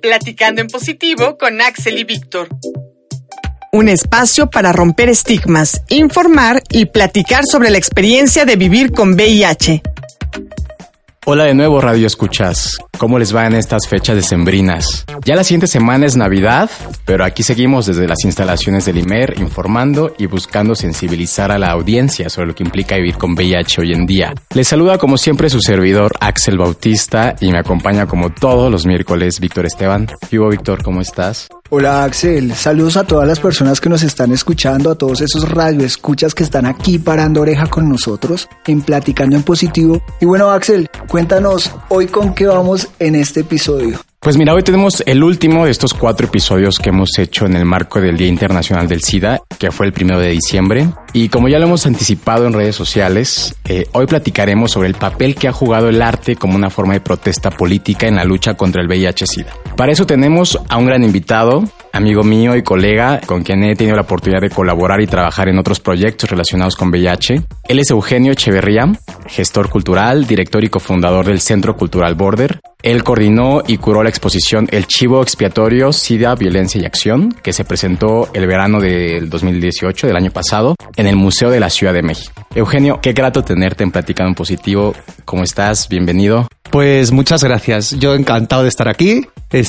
Platicando en Positivo con Axel y Víctor. Un espacio para romper estigmas, informar y platicar sobre la experiencia de vivir con VIH. Hola de nuevo, Radio Escuchas. ¿Cómo les va en estas fechas decembrinas? Ya la siguiente semana es Navidad, pero aquí seguimos desde las instalaciones del IMER informando y buscando sensibilizar a la audiencia sobre lo que implica vivir con VIH hoy en día. Les saluda como siempre su servidor Axel Bautista y me acompaña como todos los miércoles Víctor Esteban. Vivo, Víctor, ¿cómo estás? Hola Axel, saludos a todas las personas que nos están escuchando, a todos esos radioescuchas que están aquí parando oreja con nosotros en Platicando en Positivo. Y bueno Axel, cuéntanos hoy con qué vamos en este episodio. Pues mira, hoy tenemos el último de estos 4 episodios que hemos hecho en el marco del Día Internacional del SIDA, que fue el 1 de diciembre. Y como ya lo hemos anticipado en redes sociales, hoy platicaremos sobre el papel que ha jugado el arte como una forma de protesta política en la lucha contra el VIH-SIDA. Para eso tenemos a un gran invitado, amigo mío y colega, con quien he tenido la oportunidad de colaborar y trabajar en otros proyectos relacionados con VIH. Él es Eugenio Echeverría, gestor cultural, director y cofundador del Centro Cultural Border. Él coordinó y curó la exposición El Chivo Expiatorio, SIDA, Violencia y Acción, que se presentó el verano del 2018, del año pasado, en el Museo de la Ciudad de México. Eugenio, qué grato tenerte en Platicando en Positivo. ¿Cómo estás? Bienvenido. Pues muchas gracias. Yo encantado de estar aquí,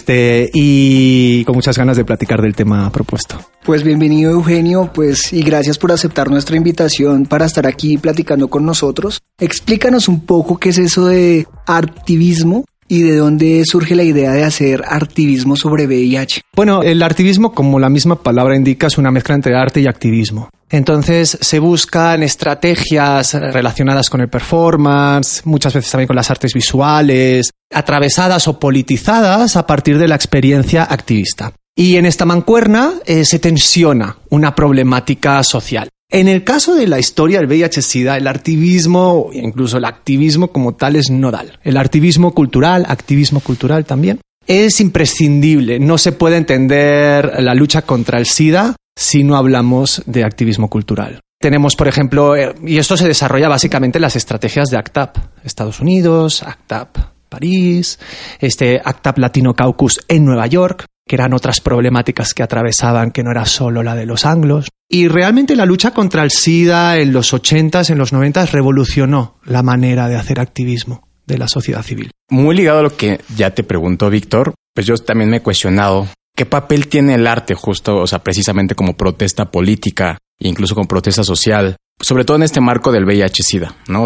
y con muchas ganas de platicar del tema propuesto. Pues bienvenido Eugenio, y gracias por aceptar nuestra invitación para estar aquí platicando con nosotros. Explícanos un poco qué es eso de artivismo y de dónde surge la idea de hacer artivismo sobre VIH. Bueno, el artivismo, como la misma palabra indica, es una mezcla entre arte y activismo. Entonces se buscan estrategias relacionadas con el performance, muchas veces también con las artes visuales, atravesadas o politizadas a partir de la experiencia activista. Y en esta mancuerna se tensiona una problemática social. En el caso de la historia del VIH-Sida, el artivismo, incluso el activismo como tal, es nodal. El activismo cultural también, es imprescindible. No se puede entender la lucha contra el SIDA si no hablamos de activismo cultural. Tenemos, por ejemplo, y esto se desarrolla básicamente en las estrategias de ACT UP, Estados Unidos, ACT UP París, ACT UP Latino Caucus en Nueva York, que eran otras problemáticas que atravesaban, que no era solo la de los anglos. Y realmente la lucha contra el SIDA en los 80s, en los 90s, revolucionó la manera de hacer activismo de la sociedad civil. Muy ligado a lo que ya te preguntó Víctor, pues yo también me he cuestionado qué papel tiene el arte justo, precisamente como protesta política e incluso como protesta social, sobre todo en este marco del VIH-Sida, ¿no?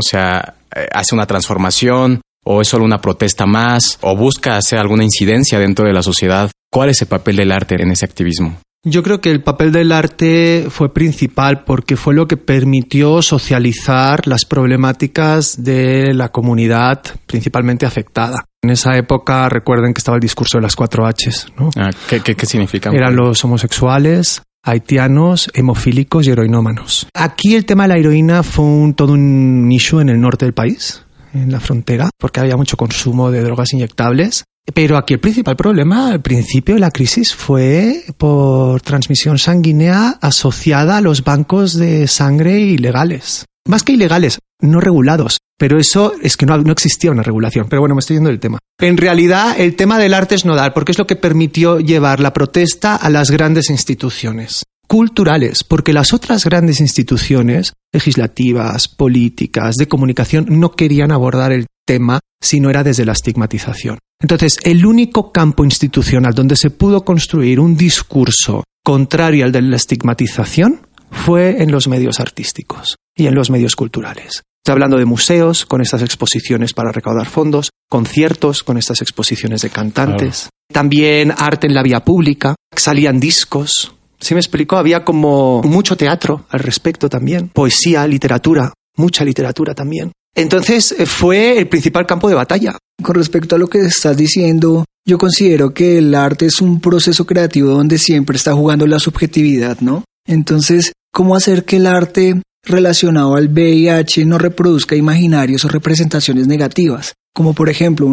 Hace una transformación o es solo una protesta más o busca hacer alguna incidencia dentro de la sociedad. ¿Cuál es el papel del arte en ese activismo? Yo creo que el papel del arte fue principal porque fue lo que permitió socializar las problemáticas de la comunidad principalmente afectada. En esa época, recuerden que estaba el discurso de las 4 H's, ¿no? ¿Qué significa? Eran los homosexuales, haitianos, hemofílicos y heroinómanos. Aquí el tema de la heroína fue todo un issue en el norte del país, en la frontera, porque había mucho consumo de drogas inyectables. Pero aquí el principal problema, al principio de la crisis, fue por transmisión sanguínea asociada a los bancos de sangre ilegales. Más que ilegales, no regulados. Pero eso es que no existía una regulación. Pero bueno, me estoy yendo del tema. En realidad, el tema del arte es nodal porque es lo que permitió llevar la protesta a las grandes instituciones culturales, porque las otras grandes instituciones legislativas, políticas, de comunicación, no querían abordar el tema si no era desde la estigmatización. Entonces, el único campo institucional donde se pudo construir un discurso contrario al de la estigmatización fue en los medios artísticos y en los medios culturales. Estoy hablando de museos con estas exposiciones para recaudar fondos, conciertos con estas exposiciones de cantantes, también arte en la vía pública, salían discos. ¿Sí me explico? Había como mucho teatro al respecto también, poesía, literatura, mucha literatura también. Entonces fue el principal campo de batalla. Con respecto a lo que estás diciendo, yo considero que el arte es un proceso creativo donde siempre está jugando la subjetividad, ¿no? Entonces, ¿cómo hacer que el arte relacionado al VIH no reproduzca imaginarios o representaciones negativas? Como por ejemplo,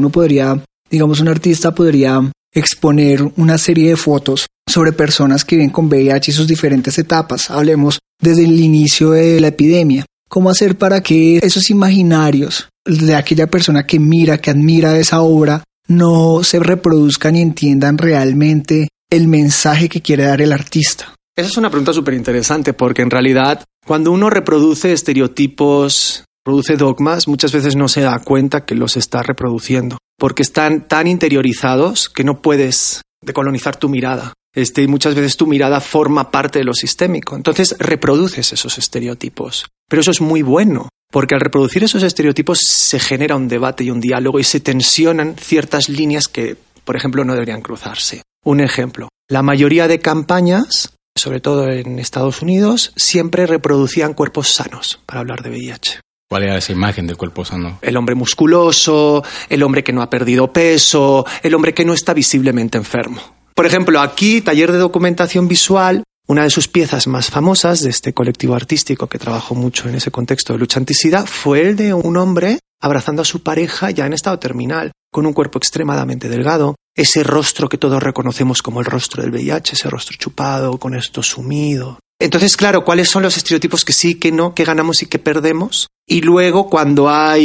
un artista podría exponer una serie de fotos sobre personas que viven con VIH y sus diferentes etapas. Hablemos desde el inicio de la epidemia. ¿Cómo hacer para que esos imaginarios de aquella persona que admira esa obra, no se reproduzcan y entiendan realmente el mensaje que quiere dar el artista? Esa es una pregunta súper interesante, porque en realidad cuando uno reproduce estereotipos, produce dogmas, muchas veces no se da cuenta que los está reproduciendo, porque están tan interiorizados que no puedes decolonizar tu mirada. Y muchas veces tu mirada forma parte de lo sistémico. Entonces reproduces esos estereotipos. Pero eso es muy bueno, porque al reproducir esos estereotipos se genera un debate y un diálogo y se tensionan ciertas líneas que, por ejemplo, no deberían cruzarse. Un ejemplo, la mayoría de campañas, sobre todo en Estados Unidos, siempre reproducían cuerpos sanos para hablar de VIH. ¿Cuál era esa imagen del cuerpo sano? El hombre musculoso, el hombre que no ha perdido peso, el hombre que no está visiblemente enfermo. Por ejemplo, aquí, Taller de Documentación Visual, una de sus piezas más famosas de este colectivo artístico que trabajó mucho en ese contexto de lucha anti-SIDA fue el de un hombre abrazando a su pareja ya en estado terminal, con un cuerpo extremadamente delgado, ese rostro que todos reconocemos como el rostro del VIH, ese rostro chupado, con esto sumido. Entonces, claro, ¿cuáles son los estereotipos que sí, que no, que ganamos y que perdemos? Y luego, cuando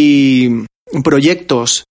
hay proyectos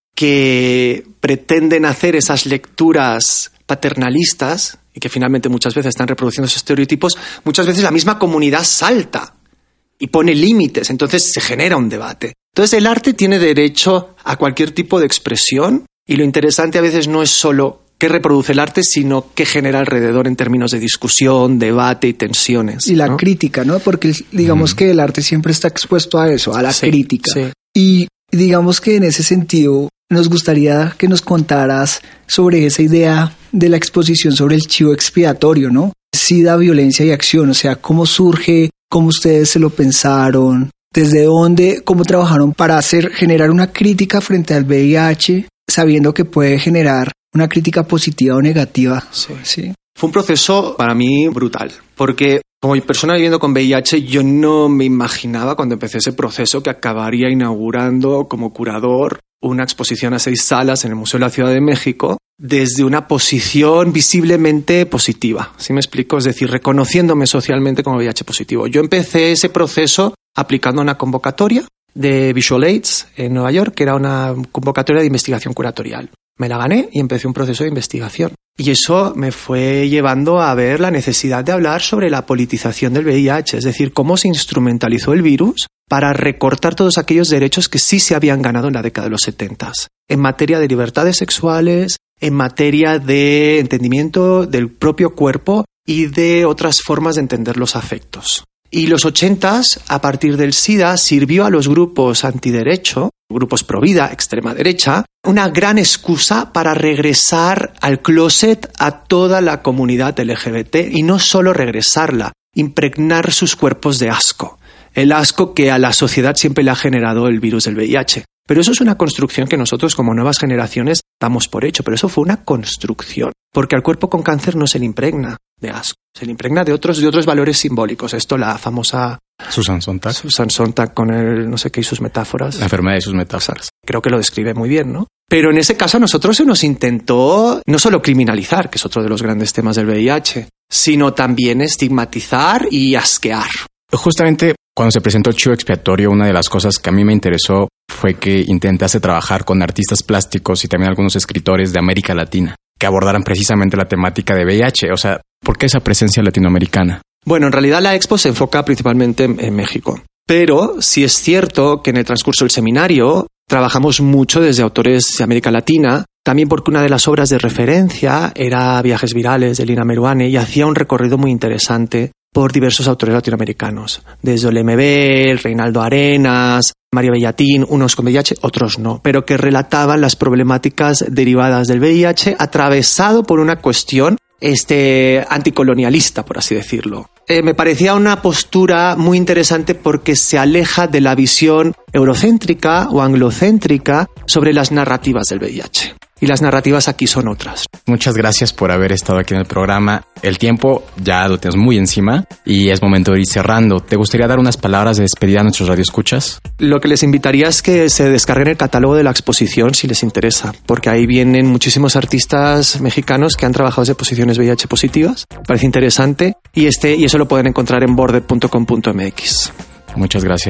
que pretenden hacer esas lecturas paternalistas y que finalmente muchas veces están reproduciendo esos estereotipos, muchas veces la misma comunidad salta y pone límites, entonces se genera un debate. Entonces el arte tiene derecho a cualquier tipo de expresión y lo interesante a veces no es solo qué reproduce el arte, sino qué genera alrededor en términos de discusión, debate y tensiones. Y la crítica, ¿no? Porque digamos que el arte siempre está expuesto a eso, a la crítica. Sí. Y digamos que en ese sentido nos gustaría que nos contaras sobre esa idea de la exposición sobre el chivo expiatorio, ¿no? SIDA, violencia y acción, o sea, cómo surge, cómo ustedes se lo pensaron, desde dónde, cómo trabajaron para generar una crítica frente al VIH, sabiendo que puede generar una crítica positiva o negativa. Sí. Fue un proceso para mí brutal, porque como persona viviendo con VIH, yo no me imaginaba cuando empecé ese proceso que acabaría inaugurando como curador una exposición a 6 salas en el Museo de la Ciudad de México desde una posición visiblemente positiva. ¿Sí me explico? Es decir, reconociéndome socialmente como VIH positivo. Yo empecé ese proceso aplicando una convocatoria de Visual AIDS en Nueva York, que era una convocatoria de investigación curatorial. Me la gané y empecé un proceso de investigación. Y eso me fue llevando a ver la necesidad de hablar sobre la politización del VIH, es decir, cómo se instrumentalizó el virus para recortar todos aquellos derechos que sí se habían ganado en la década de los 70, en materia de libertades sexuales, en materia de entendimiento del propio cuerpo y de otras formas de entender los afectos. Y los 80, a partir del SIDA, sirvió a los grupos antiderecho, grupos pro vida, extrema derecha, una gran excusa para regresar al closet a toda la comunidad LGBT y no solo regresarla, impregnar sus cuerpos de asco. El asco que a la sociedad siempre le ha generado el virus del VIH. Pero eso es una construcción que nosotros como nuevas generaciones damos por hecho, pero eso fue una construcción, porque al cuerpo con cáncer no se le impregna de asco, se le impregna de otros valores simbólicos. Esto la famosa Susan Sontag con el no sé qué y sus metáforas. La enfermedad y sus metáforas. Creo que lo describe muy bien, ¿no? Pero en ese caso a nosotros se nos intentó no solo criminalizar, que es otro de los grandes temas del VIH, sino también estigmatizar y asquear. Justamente cuando se presentó el chivo expiatorio, una de las cosas que a mí me interesó fue que intentase trabajar con artistas plásticos y también algunos escritores de América Latina que abordaran precisamente la temática de VIH. O sea, ¿por qué esa presencia latinoamericana? Bueno, en realidad la expo se enfoca principalmente en México. Pero sí es cierto que en el transcurso del seminario trabajamos mucho desde autores de América Latina, también porque una de las obras de referencia era Viajes virales de Lina Meruane y hacía un recorrido muy interesante por diversos autores latinoamericanos, desde Olemebel, Reinaldo Arenas, Mario Bellatín, unos con VIH, otros no, pero que relataban las problemáticas derivadas del VIH atravesado por una cuestión anticolonialista, por así decirlo. Me parecía una postura muy interesante porque se aleja de la visión eurocéntrica o anglocéntrica sobre las narrativas del VIH. Y las narrativas aquí son otras. Muchas gracias por haber estado aquí en el programa. El tiempo ya lo tenemos muy encima y es momento de ir cerrando. ¿Te gustaría dar unas palabras de despedida a nuestros radioescuchas? Lo que les invitaría es que se descarguen el catálogo de la exposición si les interesa, porque ahí vienen muchísimos artistas mexicanos que han trabajado desde posiciones VIH positivas. Parece interesante y eso lo pueden encontrar en border.com.mx. Muchas gracias.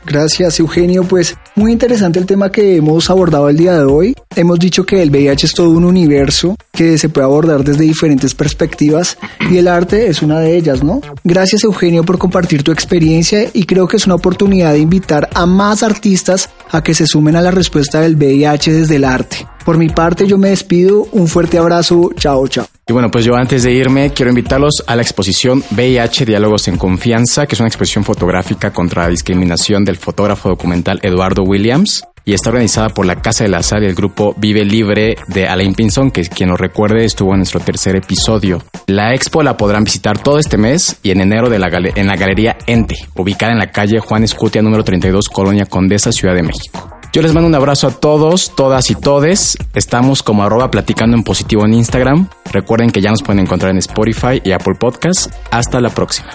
Gracias, Eugenio. Pues muy interesante el tema que hemos abordado el día de hoy. Hemos dicho que el VIH es todo un universo que se puede abordar desde diferentes perspectivas y el arte es una de ellas, ¿no? Gracias, Eugenio, por compartir tu experiencia y creo que es una oportunidad de invitar a más artistas a que se sumen a la respuesta del VIH desde el arte. Por mi parte, yo me despido. Un fuerte abrazo. Chao, chao. Y bueno, pues yo antes de irme quiero invitarlos a la exposición VIH Diálogos en Confianza, que es una exposición fotográfica contra la discriminación del fotógrafo documental Eduardo Williams y está organizada por la Casa del Azar y el grupo Vive Libre de Alain Pinzón, que quien nos recuerde estuvo en nuestro tercer episodio. La expo la podrán visitar todo este mes y en enero en la Galería Ente, ubicada en la calle Juan Escutia número 32, Colonia Condesa, Ciudad de México. Yo les mando un abrazo a todos, todas y todes. Estamos como @platicando en positivo en Instagram. Recuerden que ya nos pueden encontrar en Spotify y Apple Podcasts. Hasta la próxima.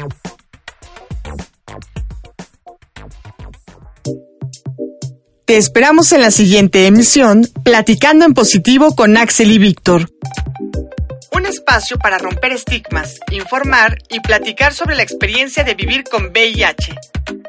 Te esperamos en la siguiente emisión, Platicando en Positivo con Axel y Víctor. Un espacio para romper estigmas, informar y platicar sobre la experiencia de vivir con VIH.